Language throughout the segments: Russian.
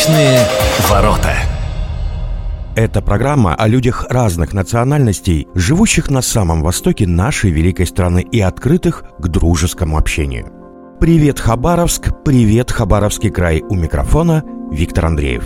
Личные ворота. Это программа о людях разных национальностей, живущих на самом востоке нашей великой страны и открытых к дружескому общению. Привет, Хабаровск! Привет, Хабаровский край! У микрофона Виктор Андреев.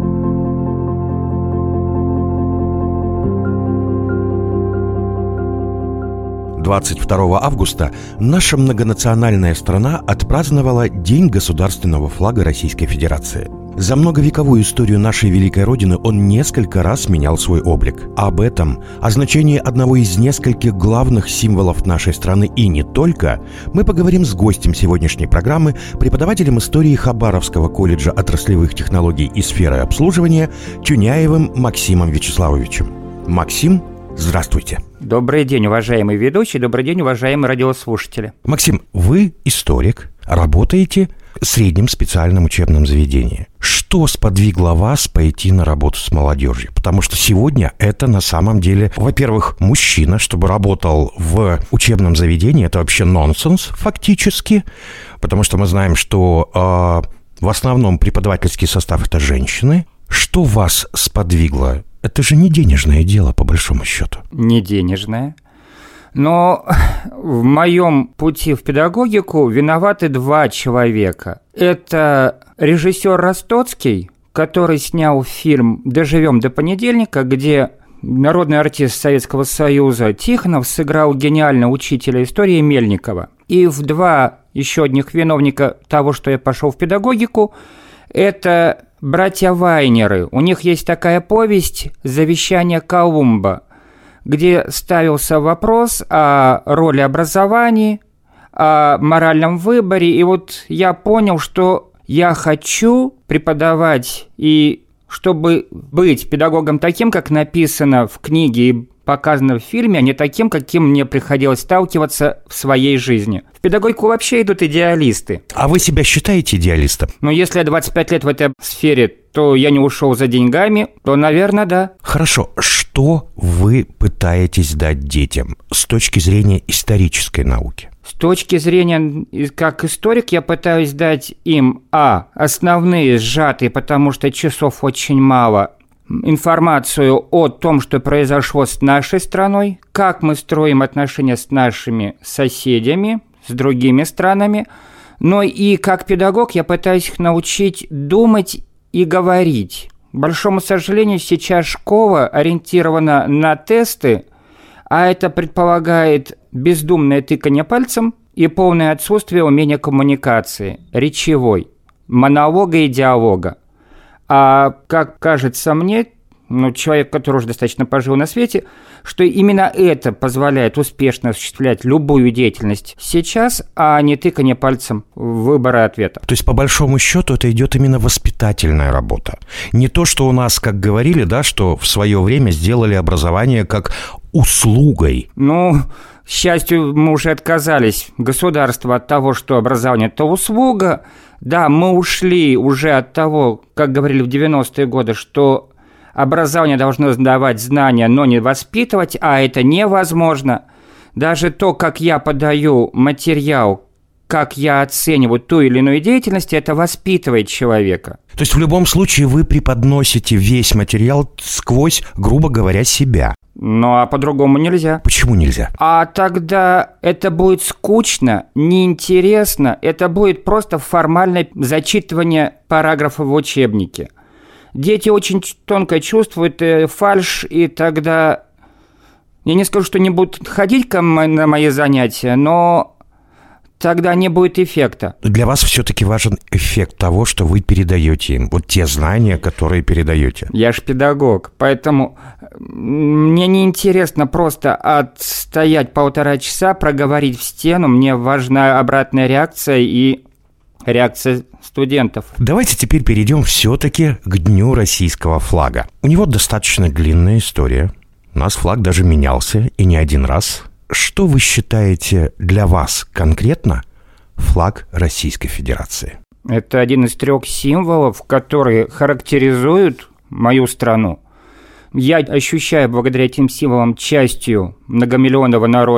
«22 августа наша многонациональная страна отпраздновала День государственного флага Российской Федерации. За многовековую историю нашей великой Родины он несколько раз менял свой облик. Об этом, о значении одного из нескольких главных символов нашей страны и не только, мы поговорим с гостем сегодняшней программы, преподавателем истории Хабаровского колледжа отраслевых технологий и сферы обслуживания Тюняевым Максимом Вячеславовичем. Максим, здравствуйте. Добрый день, уважаемый ведущий, добрый день, уважаемые радиослушатели. Максим, вы историк, работаете в среднем специальном учебном заведении. Что сподвигло вас пойти на работу с молодежью? Потому что сегодня это на самом деле, во-первых, мужчина, чтобы работал в учебном заведении, это вообще нонсенс фактически, потому что мы знаем, что в основном преподавательский состав это женщины. Что вас сподвигло? Это же не денежное дело, по большому счету. Не денежное. Но в моем пути в педагогику виноваты два человека. Это режиссер Ростоцкий, который снял фильм «Доживем до понедельника», где народный артист Советского Союза Тихонов сыграл гениального учителя истории Мельникова. И два еще одних виновника того, что я пошел в педагогику, это братья Вайнеры. У них есть такая повесть «Завещание Колумба», где ставился вопрос о роли образования, о моральном выборе. И вот я понял, что я хочу преподавать, и чтобы быть педагогом таким, как написано в книге и показано в фильме, а не таким, каким мне приходилось сталкиваться в своей жизни. В педагогику вообще идут идеалисты. А вы себя считаете идеалистом? Но если я 25 лет в этой сфере, то я не ушел за деньгами, то, наверное, да. Хорошо. Что вы пытаетесь дать детям с точки зрения исторической науки? С точки зрения, как историк, я пытаюсь дать им, основные сжатые, потому что часов очень мало, информацию о том, что произошло с нашей страной, как мы строим отношения с нашими соседями, с другими странами. Но и как педагог я пытаюсь их научить думать и говорить. К большому сожалению, сейчас школа ориентирована на тесты, а это предполагает бездумное тыканье пальцем и полное отсутствие умения коммуникации, речевой, монолога и диалога. А как кажется мне, человек, который уже достаточно пожил на свете, что именно это позволяет успешно осуществлять любую деятельность сейчас, а не тыканье пальцем в выборы ответа. То есть, по большому счету, это идет именно воспитательная работа. Не то, что у нас, как говорили, да, что в свое время сделали образование как услугой. К счастью, мы уже отказались, государство, от того, что образование – это услуга. Да, мы ушли уже от того, как говорили в 90-е годы, что образование должно давать знания, но не воспитывать, а это невозможно. Даже то, как я подаю материал, как я оцениваю ту или иную деятельность, это воспитывает человека. То есть в любом случае вы преподносите весь материал сквозь, грубо говоря, себя. А по-другому нельзя. Почему нельзя? А тогда это будет скучно, неинтересно, это будет просто формальное зачитывание параграфа в учебнике. Дети очень тонко чувствуют фальшь, и тогда я не скажу, что не будут ходить на мои занятия, но тогда не будет эффекта. Для вас все-таки важен эффект того, что вы передаете им, вот те знания, которые передаете. Я ж педагог, поэтому мне не интересно просто отстоять 1,5 часа, проговорить в стену, мне важна обратная реакция и реакция студентов. Давайте теперь перейдем все-таки к Дню российского флага. У него достаточно длинная история. У нас флаг даже менялся, и не один раз. Что вы считаете для вас конкретно флаг Российской Федерации? Это один из 3 символов, которые характеризуют мою страну. Я ощущаю благодаря этим символам частью многомиллионного народа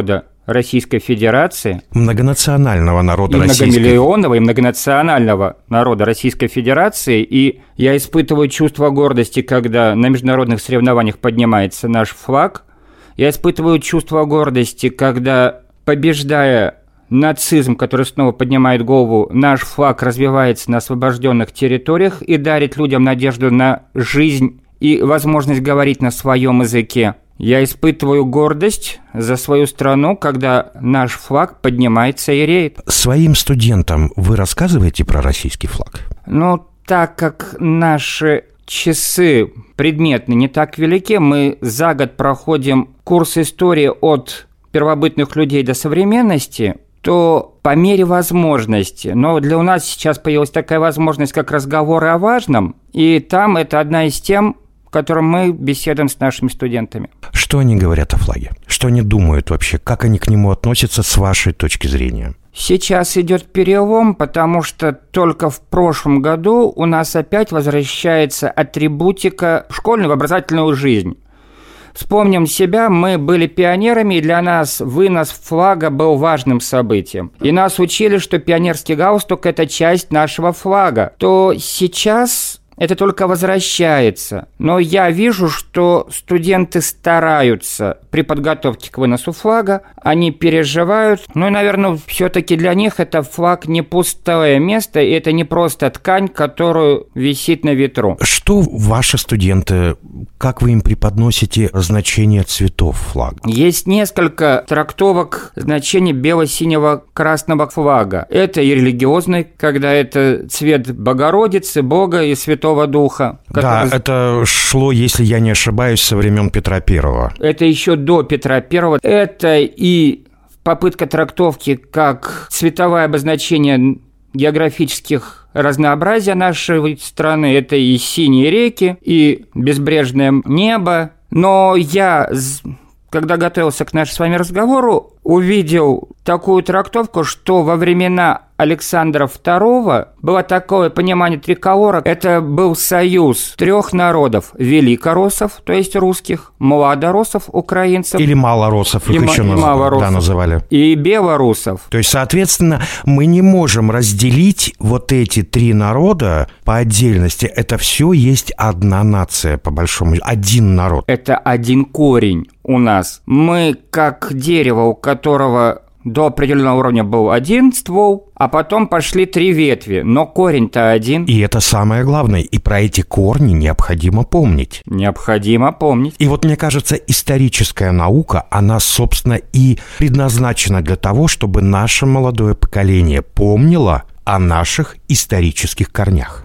Российской Федерации, многонационального народа и Российской многомиллионного и многонационального народа Российской Федерации, и я испытываю чувство гордости, когда на международных соревнованиях поднимается наш флаг. Я испытываю чувство гордости, когда, побеждая нацизм, который снова поднимает голову, наш флаг развивается на освобожденных территориях и дарит людям надежду на жизнь и возможность говорить на своем языке. Я испытываю гордость за свою страну, когда наш флаг поднимается и реет. Своим студентам вы рассказываете про российский флаг? Ну, так как наши часы предметные не так велики, мы за год проходим курс истории от первобытных людей до современности, то по мере возможности, но для нас сейчас появилась такая возможность, как разговоры о важном, и там это одна из тем, в котором мы беседуем с нашими студентами. Что они говорят о флаге? Что они думают вообще? Как они к нему относятся с вашей точки зрения? Сейчас идет перелом, потому что только в прошлом году у нас опять возвращается атрибутика в школьную, в образовательную жизнь. Вспомним себя, мы были пионерами, и для нас вынос флага был важным событием. И нас учили, что пионерский галстук – это часть нашего флага. То сейчас это только возвращается. Но я вижу, что студенты стараются при подготовке к выносу флага, они переживают. Ну и, наверное, все-таки для них это флаг не пустое место, и это не просто ткань, которую висит на ветру. Что ваши студенты, как вы им преподносите значение цветов флага? Есть несколько трактовок значения бело-синего красного флага. Это и религиозный, когда это цвет Богородицы, Бога и Святого Духа. Да, это шло, если я не ошибаюсь, со времен Петра Первого. Это еще до Петра Первого. Это и попытка трактовки как цветовое обозначение географических разнообразия нашей страны. Это и синие реки, и безбрежное небо. Но я, когда готовился к нашему с вами разговору, увидел такую трактовку, что во времена Александра II было такое понимание триколора. Это был союз трех народов: великороссов, то есть русских, младороссов, украинцев. Или малороссов, их еще называли. И белоруссов. То есть, соответственно, мы не можем разделить вот эти три народа по отдельности. Это все есть одна нация, по большому счету, один народ. Это один корень у нас. Мы как дерево, у которого до определенного уровня был один ствол, а потом пошли три ветви, но корень-то один. И это самое главное, и про эти корни необходимо помнить. Необходимо помнить. И вот мне кажется, историческая наука, она, собственно, и предназначена для того, чтобы наше молодое поколение помнило о наших исторических корнях.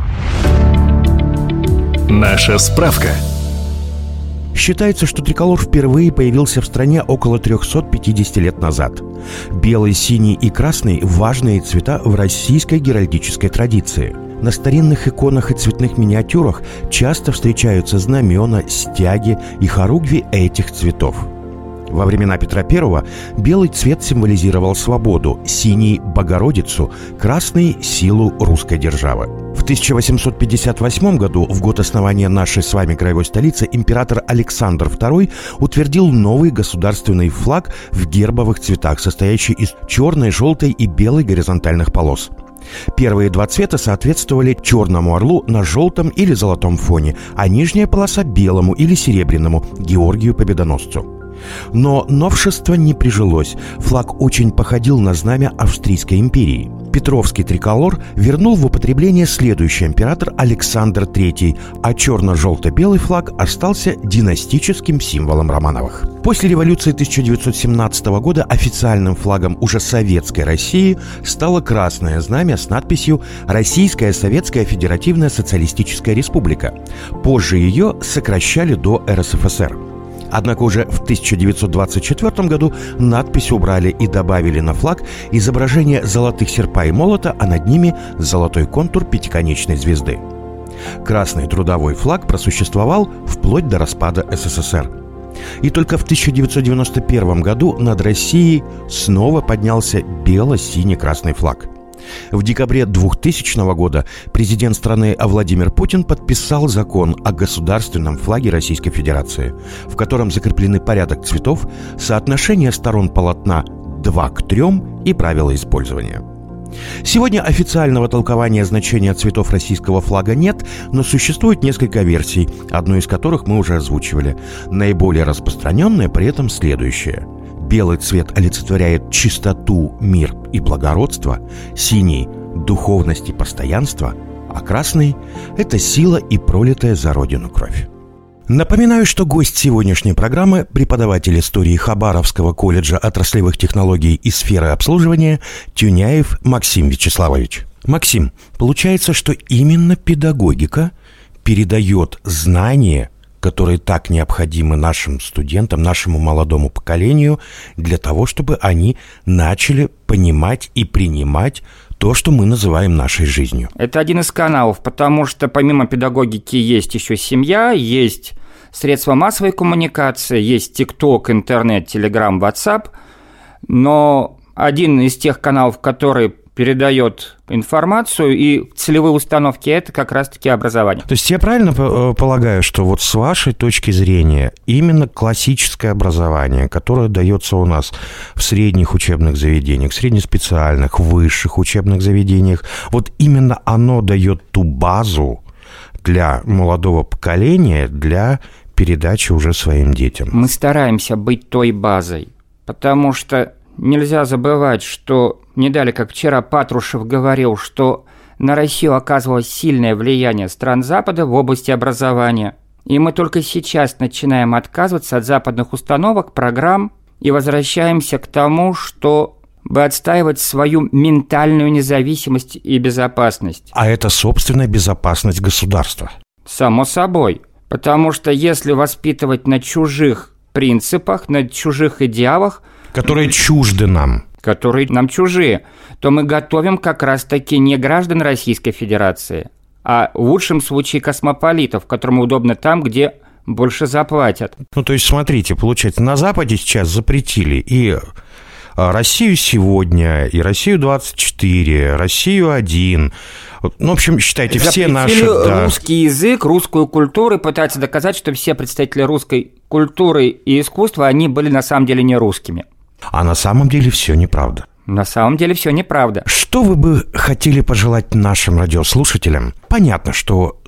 Наша справка. Считается, что триколор впервые появился в стране около 350 лет назад. Белый, синий и красный – важные цвета в российской геральдической традиции. На старинных иконах и цветных миниатюрах часто встречаются знамена, стяги и хоругви этих цветов. Во времена Петра I белый цвет символизировал свободу, синий – Богородицу, красный – силу русской державы. В 1858 году, в год основания нашей с вами краевой столицы, император Александр II утвердил новый государственный флаг в гербовых цветах, состоящий из черной, желтой и белой горизонтальных полос. Первые два цвета соответствовали черному орлу на желтом или золотом фоне, а нижняя полоса – белому или серебряному – Георгию Победоносцу. Но новшество не прижилось. Флаг очень походил на знамя Австрийской империи. Петровский триколор вернул в употребление следующий император Александр III, а черно-желто-белый флаг остался династическим символом Романовых. После революции 1917 года официальным флагом уже Советской России стало красное знамя с надписью «Российская Советская Федеративная Социалистическая Республика». Позже ее сокращали до РСФСР. Однако уже в 1924 году надпись убрали и добавили на флаг изображение золотых серпа и молота, а над ними золотой контур пятиконечной звезды. Красный трудовой флаг просуществовал вплоть до распада СССР. И только в 1991 году над Россией снова поднялся бело-синий-красный флаг. В декабре 2000 года президент страны Владимир Путин подписал закон о государственном флаге Российской Федерации, в котором закреплены порядок цветов, соотношение сторон полотна 2:3 и правила использования. Сегодня официального толкования значения цветов российского флага нет, но существует несколько версий, одну из которых мы уже озвучивали. Наиболее распространенная при этом следующая. Белый цвет олицетворяет чистоту, мир и благородство, синий – духовность и постоянство, а красный – это сила и пролитая за родину кровь. Напоминаю, что гость сегодняшней программы – преподаватель истории Хабаровского колледжа отраслевых технологий и сферы обслуживания Тюняев Максим Вячеславович. Максим, получается, что именно педагогика передает знания, которые так необходимы нашим студентам, нашему молодому поколению, для того, чтобы они начали понимать и принимать то, что мы называем нашей жизнью. Это один из каналов, потому что помимо педагогики есть еще семья, есть средства массовой коммуникации, есть ТикТок, интернет, Телеграм, Ватсап, но один из тех каналов, который передает информацию и целевые установки, это как раз-таки образование. То есть я правильно полагаю, что вот с вашей точки зрения именно классическое образование, которое дается у нас в средних учебных заведениях, среднеспециальных, высших учебных заведениях, вот именно оно дает ту базу для молодого поколения, для передачи уже своим детям? Мы стараемся быть той базой, потому что нельзя забывать, что не далее, как вчера Патрушев говорил, что на Россию оказывалось сильное влияние стран Запада в области образования. И мы только сейчас начинаем отказываться от западных установок, программ и возвращаемся к тому, чтобы отстаивать свою ментальную независимость и безопасность. А это собственная безопасность государства. Само собой. Потому что если воспитывать на чужих принципах, на чужих идеалах, которые чужды нам, которые нам чужие, то мы готовим как раз-таки не граждан Российской Федерации, а в лучшем случае космополитов, которым удобно там, где больше заплатят. Ну, то есть, смотрите, получается, на Западе сейчас запретили и Россию сегодня, и Россию-24, Россию-1. Ну, в общем, считайте, все наши... русский язык, русскую культуру, и пытаются доказать, что все представители русской культуры и искусства, они были на самом деле не русскими. А на самом деле все неправда. На самом деле все неправда. Что вы бы хотели пожелать нашим радиослушателям? Понятно, что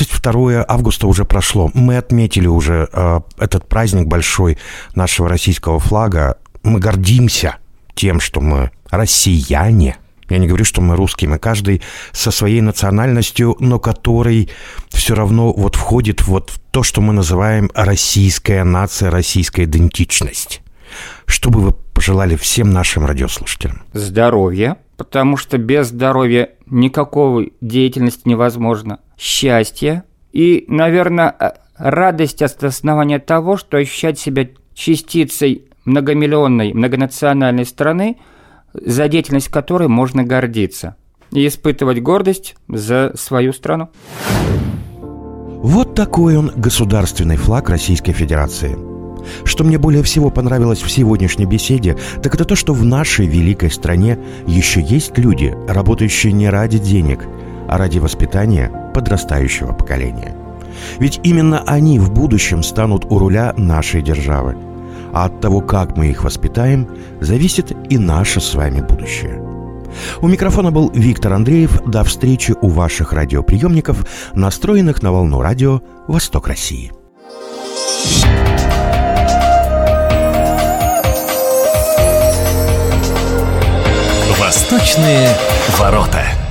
22 августа уже прошло. Мы отметили уже этот праздник большой нашего российского флага. Мы гордимся тем, что мы россияне. Я не говорю, что мы русские, мы каждый со своей национальностью, но который все равно вот входит вот в то, что мы называем российская нация, российская идентичность. Что бы вы пожелали всем нашим радиослушателям? Здоровья, потому что без здоровья никакой деятельности невозможно. Счастье и, наверное, радость от основания того, что ощущать себя частицей многомиллионной, многонациональной страны, за деятельность которой можно гордиться и испытывать гордость за свою страну. Вот такой он, государственный флаг Российской Федерации. Что мне более всего понравилось в сегодняшней беседе, так это то, что в нашей великой стране еще есть люди, работающие не ради денег, а ради воспитания подрастающего поколения. Ведь именно они в будущем станут у руля нашей державы. А от того, как мы их воспитаем, зависит и наше с вами будущее. У микрофона был Виктор Андреев. До встречи у ваших радиоприемников, настроенных на волну радио «Восток России». Восточные ворота.